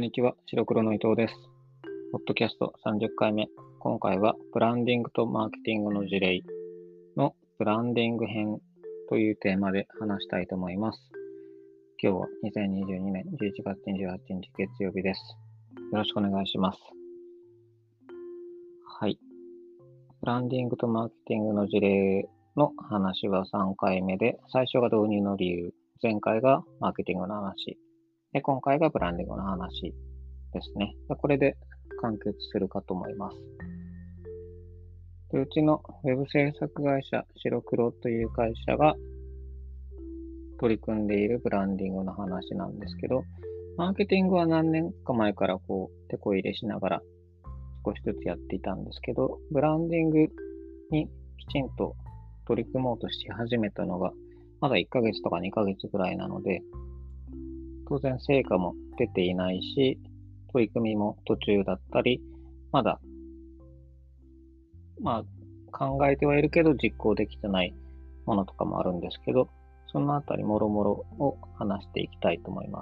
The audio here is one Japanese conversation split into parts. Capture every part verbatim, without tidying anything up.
にちは、白黒の伊藤です。ポッドキャストさんじゅっかいめ。今回はブランディングとマーケティングの事例のブランディング編というテーマで話したいと思います。今日はにせんにじゅうにねんじゅういちがつにじゅうはちにち月曜日です。よろしくお願いします。はい。ブランディングとマーケティングの事例の話はさんかいめで、最初が導入の理由、前回がマーケティングの話、で今回がブランディングの話ですね。これで完結するかと思います。でうちのウェブ制作会社、白黒という会社が取り組んでいるブランディングの話なんですけど、マーケティングは何年か前からこう、手こ入れしながら少しずつやっていたんですけど、ブランディングにきちんと取り組もうとし始めたのが、まだいっかげつとかにかげつぐらいなので、当然成果も出ていないし、取り組みも途中だったり、まだ、まあ、考えてはいるけど実行できてないものとかもあるんですけど、そのあたりもろもろを話していきたいと思います。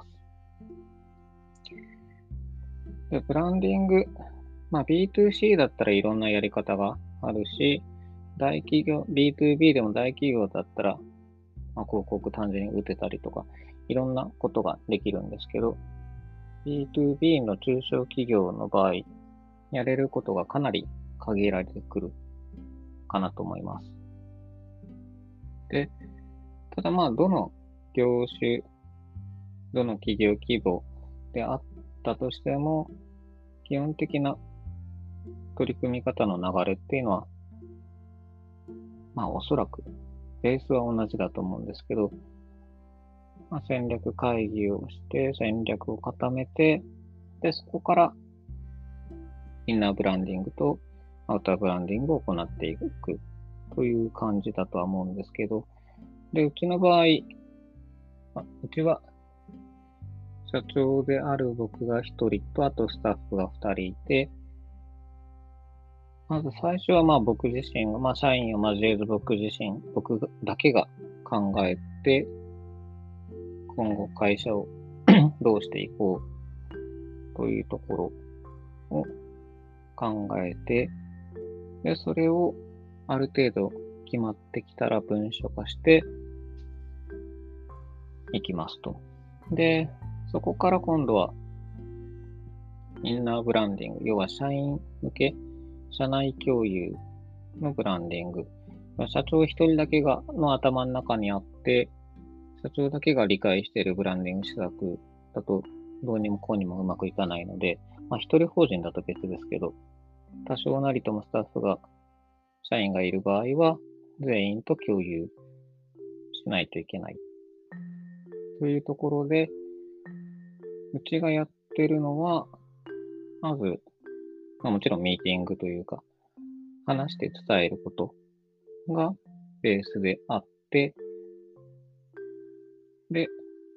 で、ブランディング、まあ ビーツーシー だったらいろんなやり方があるし、大企業、ビーツービー でも大企業だったら、まあ、広告単純に打てたりとか、いろんなことができるんですけど、ビーツービー の中小企業の場合、やれることがかなり限られてくるかなと思います。で、ただまあ、どの業種、どの企業規模であったとしても、基本的な取り組み方の流れっていうのは、まあおそらくベースは同じだと思うんですけど、まあ、戦略会議をして戦略を固めて、で、そこからインナーブランディングとアウターブランディングを行っていくという感じだとは思うんですけど、で、うちの場合、まあ、うちは社長である僕がひとりと、あとスタッフがふたりいて、まず最初はまあ僕自身が、まあ社員を交えず僕自身、僕だけが考えて、今後会社をどうしていこうというところを考えて、で、それをある程度決まってきたら文書化していきますと。で、そこから今度はインナーブランディング、要は社員向け、社内共有のブランディング。社長一人だけがの頭の中にあって、社長だけが理解しているブランディング施策だと、どうにもこうにもうまくいかないので、まあ一人法人だと別ですけど、多少なりともスタッフが、社員がいる場合は、全員と共有しないといけない。というところで、うちがやってるのは、まず、まあ、もちろんミーティングというか、話して伝えることがベースであって、で、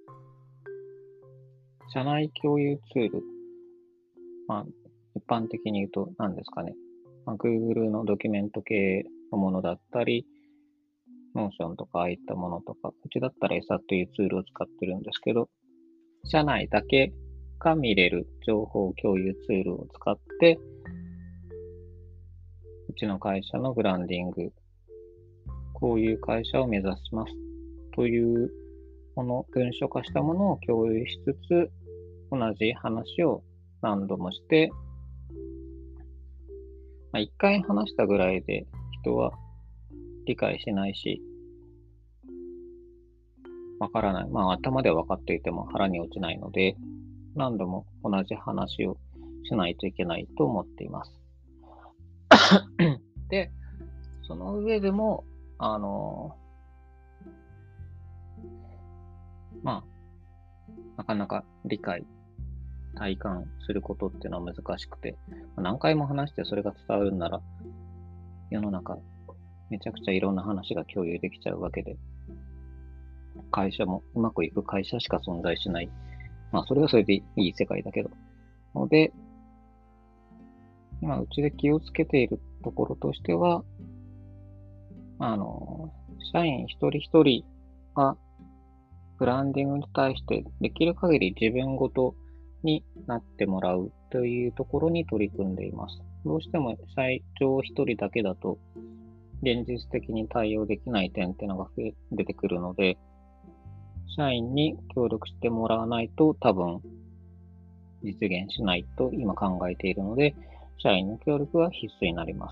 社内共有ツール、まあ、一般的に言うと何ですかね、まあ、Google のドキュメント系のものだったり、Notion とかああいったものとか、うちだったら エサ というツールを使ってるんですけど、社内だけが見れる情報共有ツールを使って、うちの会社のブランディング、こういう会社を目指しますというもの、文書化したものを共有しつつ、同じ話を何度もして、まあ、一回話したぐらいで人は理解しないし、わからない。まあ頭では分かっていても腹に落ちないので、何度も同じ話をしないといけないと思っています。で、その上でも、あの、まあ、なかなか理解、体感することっていうのは難しくて、何回も話してそれが伝わるんなら、世の中、めちゃくちゃいろんな話が共有できちゃうわけで、会社もうまくいく会社しか存在しない。まあ、それはそれでいい世界だけど。ので、今、うちで気をつけているところとしては、あの、社員一人一人がブランディングに対してできる限り自分ごとになってもらうというところに取り組んでいます。どうしても社長一人だけだと現実的に対応できない点っていうのが増え出てくるので、社員に協力してもらわないと多分実現しないと今考えているので、社員の協力は必須になります。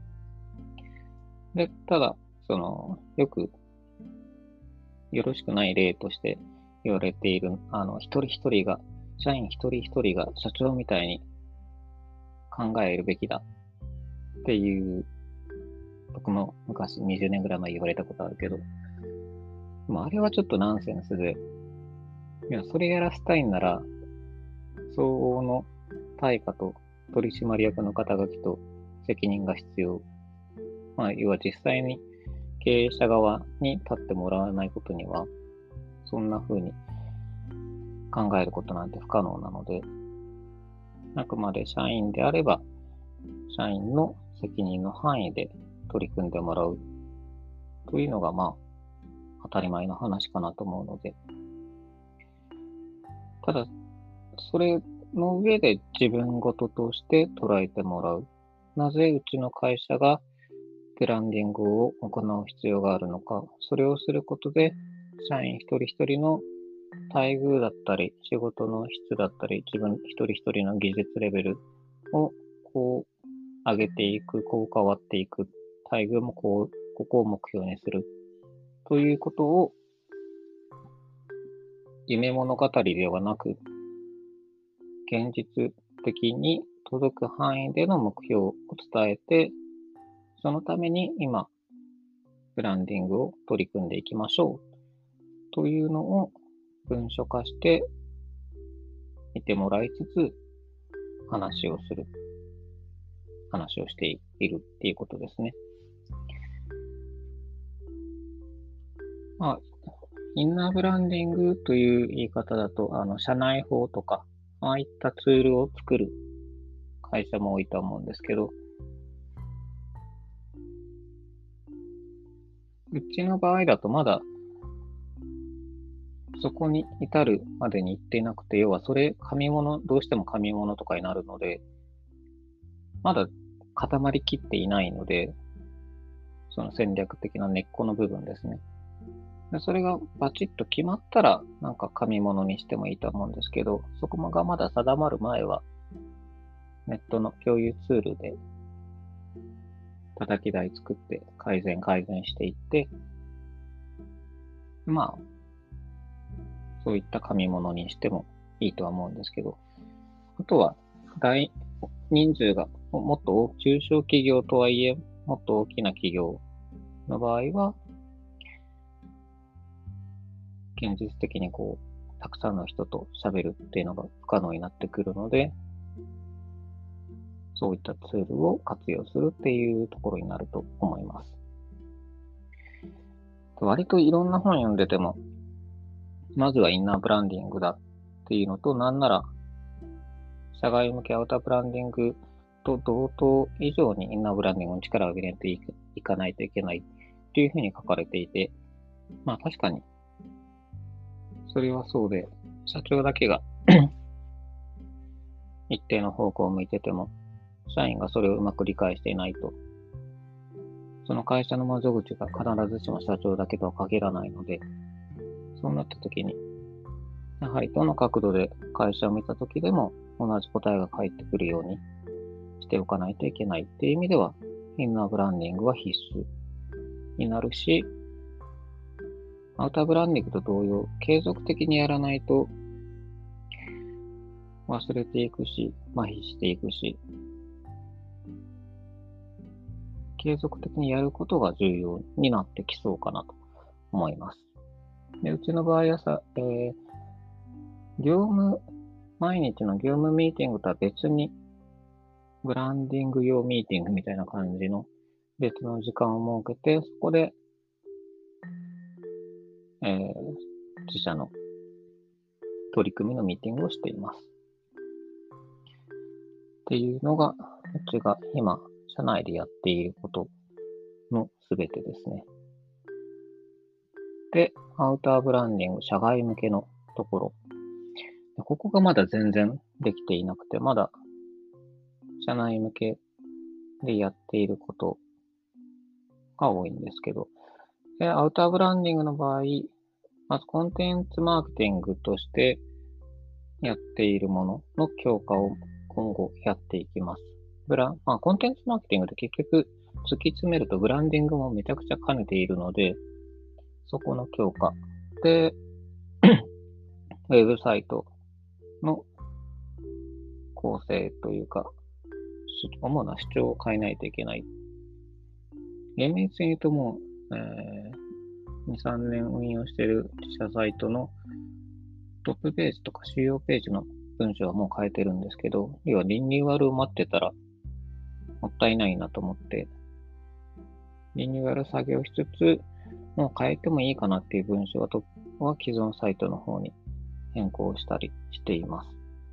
で、ただ、その、よくよろしくない例として言われている、あの、一人一人が、社員一人一人が社長みたいに考えるべきだっていう、僕も昔にじゅうねんぐらい前言われたことあるけど、まあ、あれはちょっとナンセンスで、いや、それやらせたいんなら、相応の対価と取締役の肩書きと責任が必要。まあ、要は実際に経営者側に立ってもらわないことには、そんな風に考えることなんて不可能なので、あくまで社員であれば、社員の責任の範囲で取り組んでもらうというのが、まあ、当たり前の話かなと思うので、ただ、それの上で自分事として捉えてもらう。なぜうちの会社がブランディングを行う必要があるのか。それをすることで、社員一人一人の待遇だったり、仕事の質だったり、自分一人一人の技術レベルをこう上げていく、こう変わっていく。待遇もこう、ここを目標にする。ということを、夢物語ではなく、現実的に届く範囲での目標を伝えて、そのために今、ブランディングを取り組んでいきましょうというのを文書化して見てもらいつつ話をする、話をしているっていうことですね。まあ、インナーブランディングという言い方だと、あの、社内法とか、ああいったツールを作る会社も多いと思うんですけど、うちの場合だとまだそこに至るまでに行っていなくて、要はそれ、紙物、どうしても紙物とかになるので、まだ固まりきっていないので、その戦略的な根っこの部分ですね。でそれがバチッと決まったら、なんか紙物にしてもいいと思うんですけど、そこがまだ定まる前は、ネットの共有ツールで叩き台作って改善改善していって、まあ、そういった紙物にしてもいいとは思うんですけど、あとは大人数がもっと中小企業とはいえ、もっと大きな企業の場合は、現実的にこう、たくさんの人と喋るっていうのが不可能になってくるので、そういったツールを活用するっていうところになると思います。割といろんな本読んでても、まずはインナーブランディングだっていうのと、なんなら、社外向けアウターブランディングと同等以上にインナーブランディングに力を入れていかないといけないっていうふうに書かれていて、まあ確かに、それはそうで、社長だけが一定の方向を向いてても、社員がそれをうまく理解していないと、その会社の窓口が必ずしも社長だけとは限らないので、そうなった時に、やはりどの角度で会社を見た時でも同じ答えが返ってくるようにしておかないといけないっていう意味では、インナーブランディングは必須になるし、アウターブランディングと同様、継続的にやらないと忘れていくし、麻痺していくし、継続的にやることが重要になってきそうかなと思います。でうちの場合はさ、えー、業務、毎日の業務ミーティングとは別に、ブランディング用ミーティングみたいな感じの別の時間を設けて、そこで、えー、自社の取り組みのミーティングをしています。っていうのが、うちが今、社内でやっていることのすべてですね。で、アウターブランディング、社外向けのところ。 ここがまだ全然できていなくて、まだ社内向けでやっていることが多いんですけど、でアウターブランディングの場合、まずコンテンツマーケティングとしてやっているものの強化を今後やっていきます。ブラまあ、コンテンツマーケティングで結局突き詰めるとブランディングもめちゃくちゃ兼ねているので、そこの強化。で、ウェブサイトの構成というか、主な主張を変えないといけない。厳密に言うともう、えー、に、さんねん運用している自社サイトのトップページとか主要ページの文章はもう変えてるんですけど、要はリニューアルを待ってたらもったいないなと思って、リニューアル作業しつつ、もう変えてもいいかなっていう文章は既存サイトの方に変更したりしています。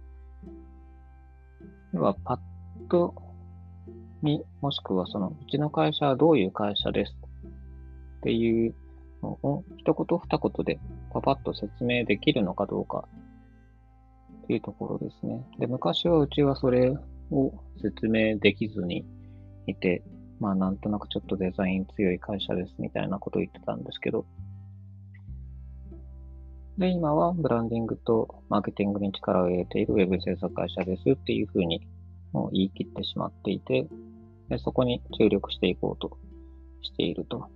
要はパッと見、もしくはそのうちの会社はどういう会社ですっていうのを一言二言でパパッと説明できるのかどうかっていうところですね。で、昔はうちはそれを説明できずにいて、まあなんとなくちょっとデザイン強い会社ですみたいなことを言ってたんですけど、で、今はブランディングとマーケティングに力を入れているウェブ制作会社ですっていうふうにもう言い切ってしまっていて、でそこに注力していこうとしていると。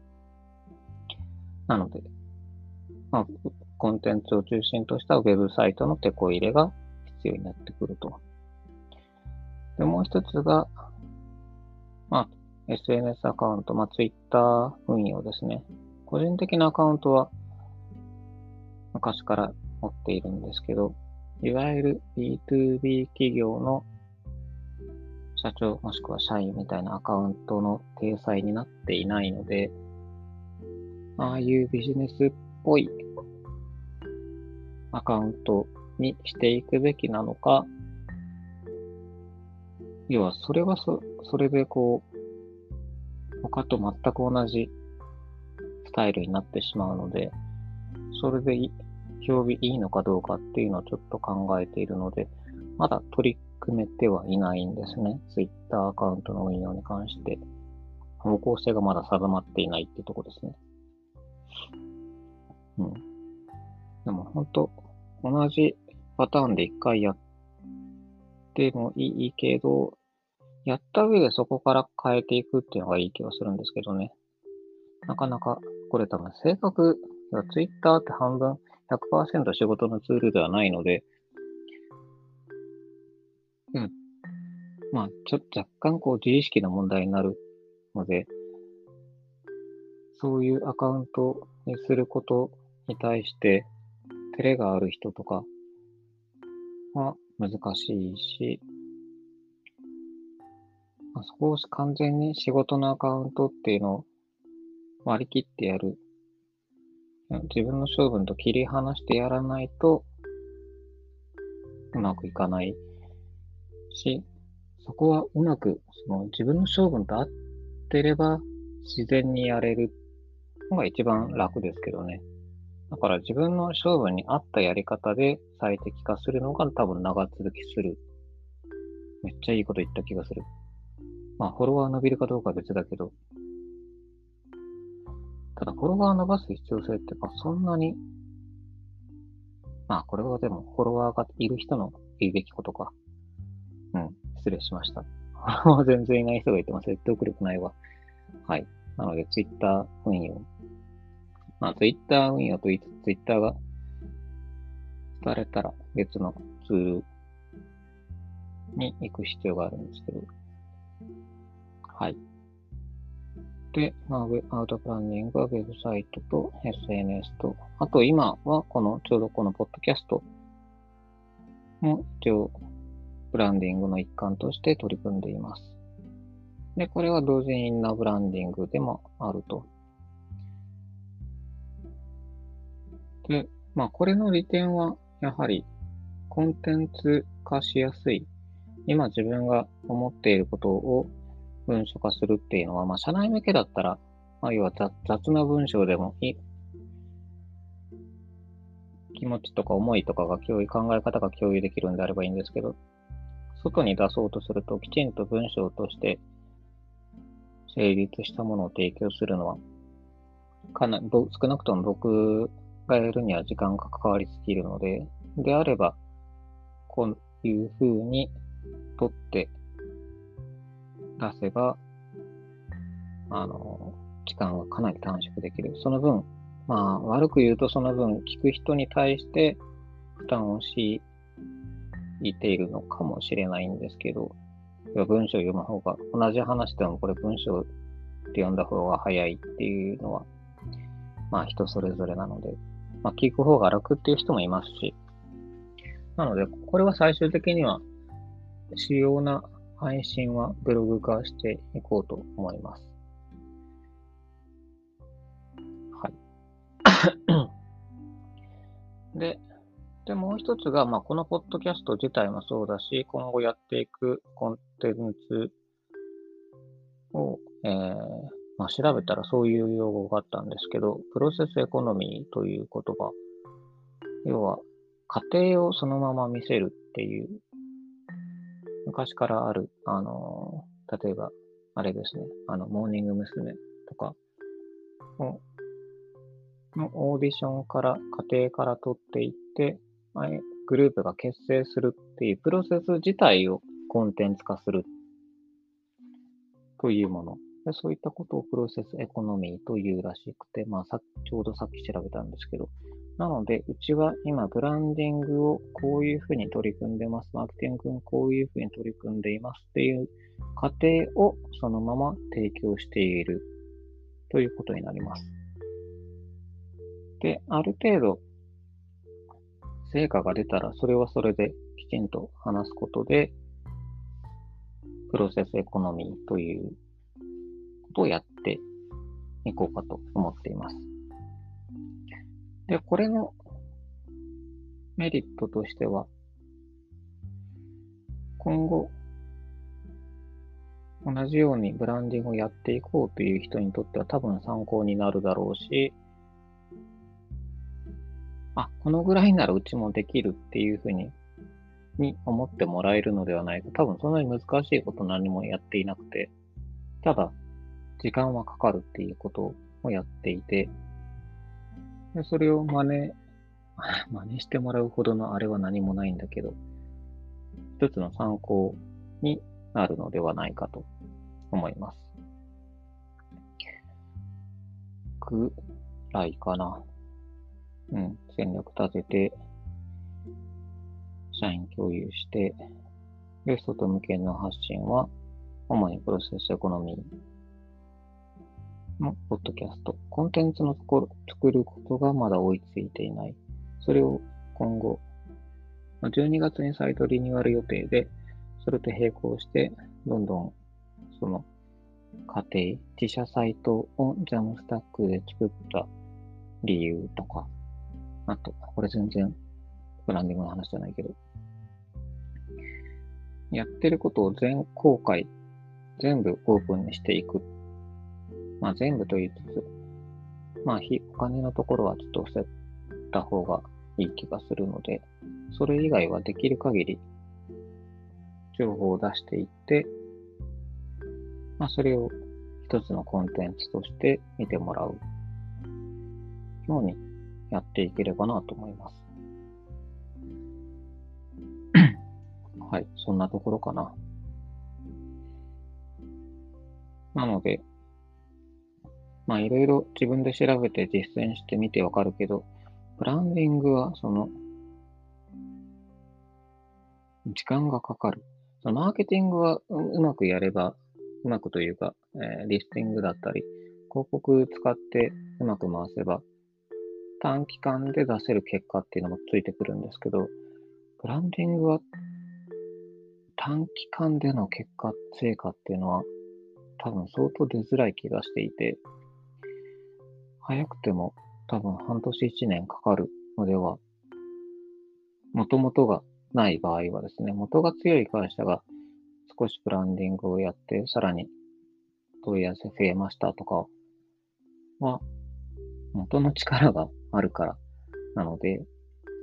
なので、まあ、コンテンツを中心としたウェブサイトの手こ入れが必要になってくると。で、もう一つが、まあ、エスエヌエス アカウント、まあ、Twitter 運用ですね。個人的なアカウントは昔から持っているんですけど、いわゆる ビーツービー 企業の社長もしくは社員みたいなアカウントの体裁になっていないので、ああいうビジネスっぽいアカウントにしていくべきなのか、要はそれはそそれでこう、他と全く同じスタイルになってしまうので、それで表記いいのかどうかっていうのをちょっと考えているので、まだ取り組めてはいないんですね。Twitter アカウントの運用に関して。方向性がまだ定まっていないっていうところですね。うん。でも本当、同じパターンで一回やってもいいけど、やった上でそこから変えていくっていうのがいい気はするんですけどね。なかなか、これ多分性格、Twitter って半分ひゃくパーセント仕事のツールではないので、うん。まあ、ちょっと若干こう自意識の問題になるので、そういうアカウントにすることに対して、照れがある人とかは難しいし、まあ、そこを完全に仕事のアカウントっていうのを割り切ってやる。自分の性分と切り離してやらないとうまくいかないし、そこはうまくその自分の性分と合ってれば自然にやれるのが一番楽ですけどね。だから自分の性分に合ったやり方で最適化するのが多分長続きする。めっちゃいいこと言った気がする。まあフォロワー伸びるかどうかは別だけど、ただフォロワー伸ばす必要性ってまあそんなに、まあこれはでもフォロワーがいる人の言うべきことか。うん、失礼しました。フォロワー全然いない人がいても説得力ないわ。はい。なので Twitter 運用。まあ Twitter 運用と言いつつ Twitter がされたら別のツールに行く必要があるんですけど。はい。で、まあ、アウトプランニングはウェブサイトと エスエヌエス と、あと今はこの、ちょうどこのポッドキャストも一応、ブランディングの一環として取り組んでいます。で、これは同時にインナーブランディングでもあると。で、まあ、これの利点は、やはり、コンテンツ化しやすい。今自分が思っていることを文書化するっていうのは、まあ、社内向けだったら、まあ、要は雑な文章でもいい、 気持ちとか思いとかが共有、考え方が共有できるんであればいいんですけど、外に出そうとするときちんと文章として成立したものを提供するのは、かなり、少なくとも僕がやるには時間がかかりすぎるので、であれば、こういう風に取って出せば、あの、時間がかなり短縮できる。その分、まあ、悪く言うとその分、聞く人に対して負担を強いているのかもしれないんですけど、文章を読む方が、同じ話でもこれ文章で読んだ方が早いっていうのは、まあ人それぞれなので、まあ聞く方が楽っていう人もいますし、なので、これは最終的には主要な配信はブログ化していこうと思います。はい。で、で、もう一つが、まあ、このポッドキャスト自体もそうだし、今後やっていくコンテンツを、えーまあ、調べたらそういう用語があったんですけど、プロセスエコノミーという言葉、要は、過程をそのまま見せるっていう、昔からある、あのー、例えば、あれですね、あの、モーニング娘。とかのオーディションから、過程から取っていって、グループが結成するっていうプロセス自体をコンテンツ化するというもの。でそういったことをプロセスエコノミーというらしくて、まあさ、ちょうどさっき調べたんですけど、なので、うちは今、ブランディングをこういうふうに取り組んでます。マーケティングをこういうふうに取り組んでいますっていう過程をそのまま提供しているということになります。で、ある程度、成果が出たら、それはそれできちんと話すことで、プロセスエコノミーということをやっていこうかと思っています。で、これのメリットとしては、今後、同じようにブランディングをやっていこうという人にとっては多分参考になるだろうし、あ、このぐらいならうちもできるっていうふうにに思ってもらえるのではないか。多分そんなに難しいこと何もやっていなくて、ただ時間はかかるっていうことをやっていて、でそれを真似、真似してもらうほどのあれは何もないんだけど、一つの参考になるのではないかと思います。ぐらいかな。うん、戦略立てて、社員共有して、で、外向けの発信は、主にプロセスエコノミーのポッドキャスト。コンテンツのところ、作ることがまだ追いついていない。それを今後、じゅうにがつにサイトリニューアル予定で、それと並行して、どんどん、その、家庭、自社サイトをジャムスタックで作った理由とか、あと、これ全然ブランディングの話じゃないけど、やってることを全公開、全部オープンにしていく。まあ全部と言いつつ、まあお金のところはちょっと伏せた方がいい気がするので、それ以外はできる限り情報を出していって、まあそれを一つのコンテンツとして見てもらうようにやっていければなと思います。はい、そんなところかな。なので、まあいろいろ自分で調べて実践してみてわかるけど、ブランディングはその、時間がかかる。そのマーケティングはうまくやれば、うまくというか、えー、リスティングだったり、広告使ってうまく回せば、短期間で出せる結果っていうのもついてくるんですけど、ブランディングは短期間での結果、成果っていうのは多分相当出づらい気がしていて、早くても多分半年一年かかるのでは、元々がない場合はですね、元が強い会社が少しブランディングをやって、さらに問い合わせ増えましたとかは、元の力があるからなので、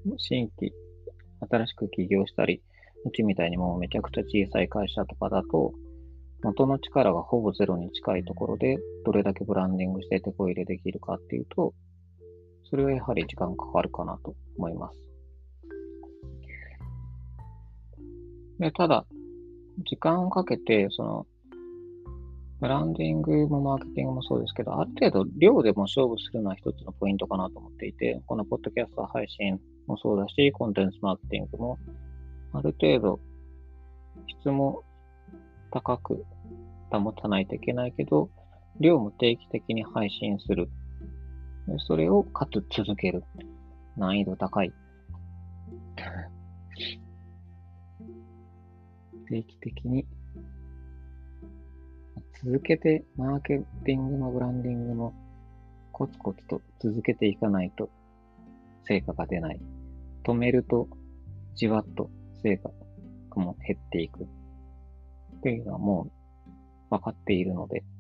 新規、新しく起業したり、うちみたいにもうめちゃくちゃ小さい会社とかだと、元の力がほぼゼロに近いところで、どれだけブランディングして手こ入れできるかっていうと、それはやはり時間かかるかなと思います。で、ただ、時間をかけて、その、ブランディングもマーケティングもそうですけど、ある程度量でも勝負するのは一つのポイントかなと思っていて、このポッドキャスト配信もそうだし、コンテンツマーケティングも、ある程度質も高く保たないといけないけど、量も定期的に配信する。それをかつ続ける。難易度高い。定期的に続けてマーケティングもブランディングもコツコツと続けていかないと成果が出ない。止めるとじわっと成果も減っていくというのはもう分かっているので、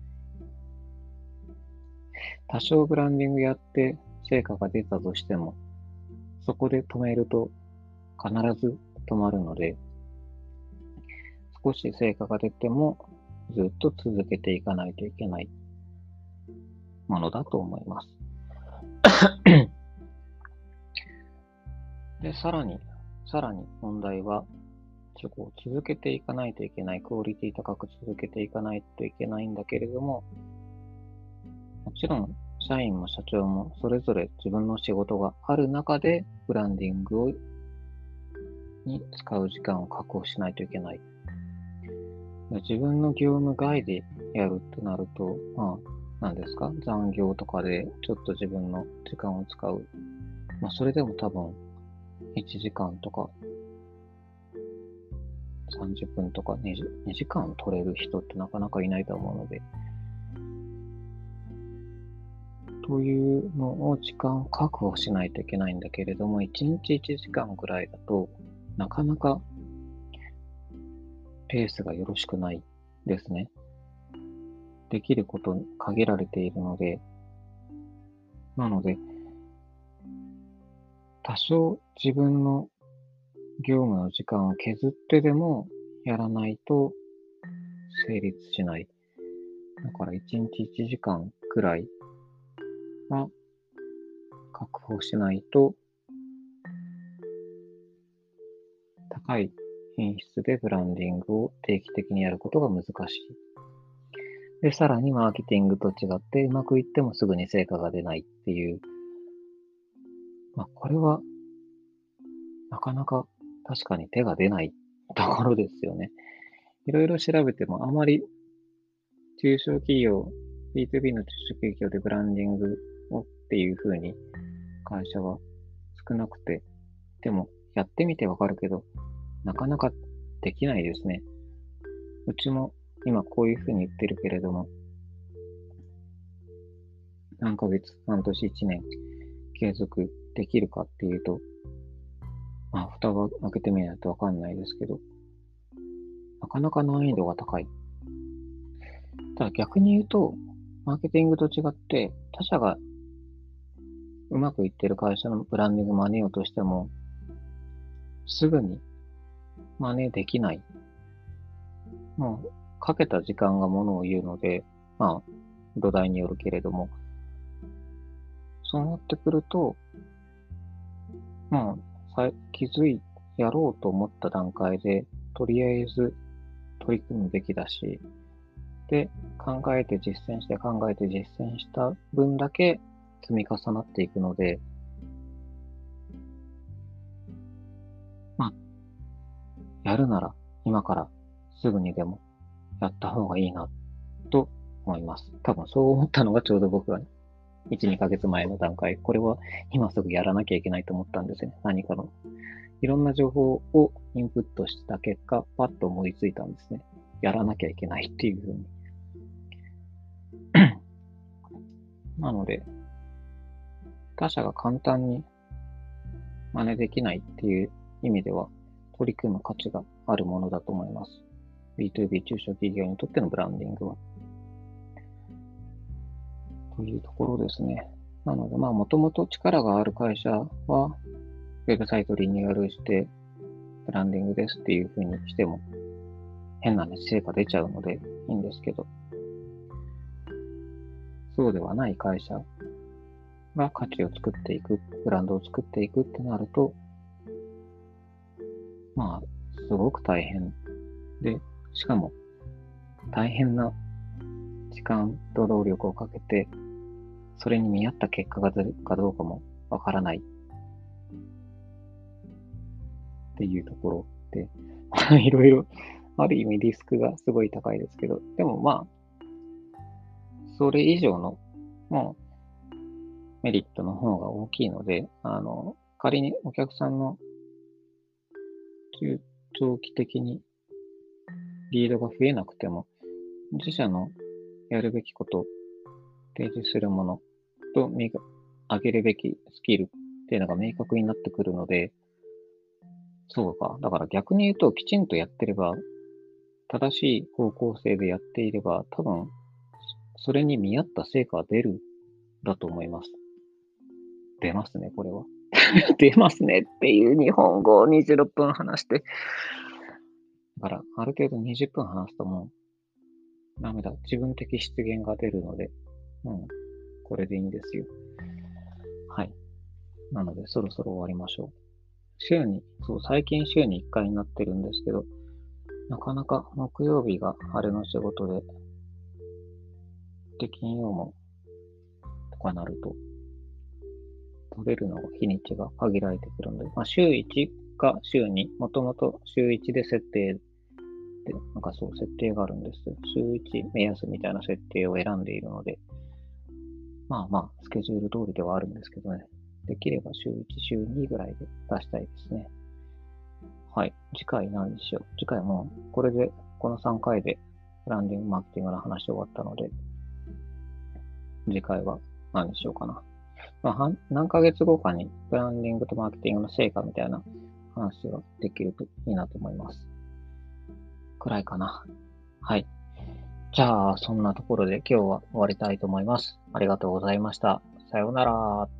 多少ブランディングやって成果が出たとしても、そこで止めると必ず止まるので、少し成果が出てもずっと続けていかないといけないものだと思います。で、さらに、さらに問題は、こう続けていかないといけない、クオリティ高く続けていかないといけないんだけれども、もちろん社員も社長もそれぞれ自分の仕事がある中でブランディングをに使う時間を確保しないといけない。自分の業務外でやるってなると、まあ、何ですか、残業とかでちょっと自分の時間を使う。まあ、それでも多分いちじかんとかさんじゅっぷんとかにじかん取れる人ってなかなかいないと思うので、というのを時間確保しないといけないんだけれども、いちにちいちじかんぐらいだとなかなかペースがよろしくないですね。できることに限られているので、なので、多少自分の業務の時間を削ってでもやらないと成立しない。だからいちにちいちじかんくらいは確保しないと高い品質でブランディングを定期的にやることが難しい。で、さらにマーケティングと違ってうまくいってもすぐに成果が出ないっていう、まあ、これはなかなか確かに手が出ないところですよね。いろいろ調べてもあまり中小企業、ビーツービー の中小企業でブランディングをっていう風に会社は少なくて、でもやってみてわかるけど、なかなかできないですね。うちも今こういう風に言ってるけれども、何ヶ月、半年、一年継続できるかっていうと、まあ、蓋を開けてみないとわかんないですけど、なかなか難易度が高い。ただ逆に言うと、マーケティングと違って、他社がうまくいってる会社のブランディング真似ようとしても、すぐに真似できない。もう、かけた時間がものを言うので、まあ、土台によるけれども、そうなってくると、まあ、気づい、やろうと思った段階で、とりあえず取り組むべきだし、で、考えて実践して考えて実践した分だけ積み重なっていくので、まあ、やるなら今からすぐにでもやった方がいいなと思います。多分そう思ったのがちょうど僕がいち、にかげつまえの段階。これは今すぐやらなきゃいけないと思ったんですね。何かの。いろんな情報をインプットした結果、パッと思いついたんですね。やらなきゃいけないっていうふうに。なので、他者が簡単に真似できないっていう意味では、取り組む価値があるものだと思います。ビーツービー 中小企業にとってのブランディングは。というところですね。なので、まあ、もともと力がある会社は、 ウェブサイトリニューアルして、ブランディングですっていう風にしても、変なね、成果出ちゃうのでいいんですけど、そうではない会社が価値を作っていく、ブランドを作っていくってなると、まあ、すごく大変で、しかも大変な時間と労力をかけて、それに見合った結果が出るかどうかもわからないっていうところで、いろいろ、ある意味リスクがすごい高いですけど、でもまあ、それ以上の、もう、メリットの方が大きいので、あの、仮にお客さんの中長期的にリードが増えなくても、自社のやるべきこと、提示するものと上げるべきスキルっていうのが明確になってくるので、そうか。だから逆に言うと、きちんとやってれば、正しい方向性でやっていれば、多分、それに見合った成果は出る、だと思います。出ますね、これは。出ますねっていう日本語をにじゅうろっぷん話して。だから、ある程度にじゅっぷん話すともう、ダメだ。自分的出現が出るので、うん、これでいいんですよ。はい。なので、そろそろ終わりましょう。週に、そう、最近週にいっかいになってるんですけど、なかなか木曜日があれの仕事で、で、金曜も、とかなると、取れるのが日にちが限られてくるので、まあ、週いちか週に、もともと週いちで設定で、なんかそう設定があるんですよ。週いち目安みたいな設定を選んでいるので、まあまあ、スケジュール通りではあるんですけどね。できれば週いち、週にぐらいで出したいですね。はい。次回何にしよう。次回もこれで、このさんかいでブランディング、マーケティングの話終わったので、次回は何にしようかな。まあ、何ヶ月後かにブランディングとマーケティングの成果みたいな話ができるといいなと思います。くらいかな。はい。じゃあ、そんなところで今日は終わりたいと思います。ありがとうございました。さようなら。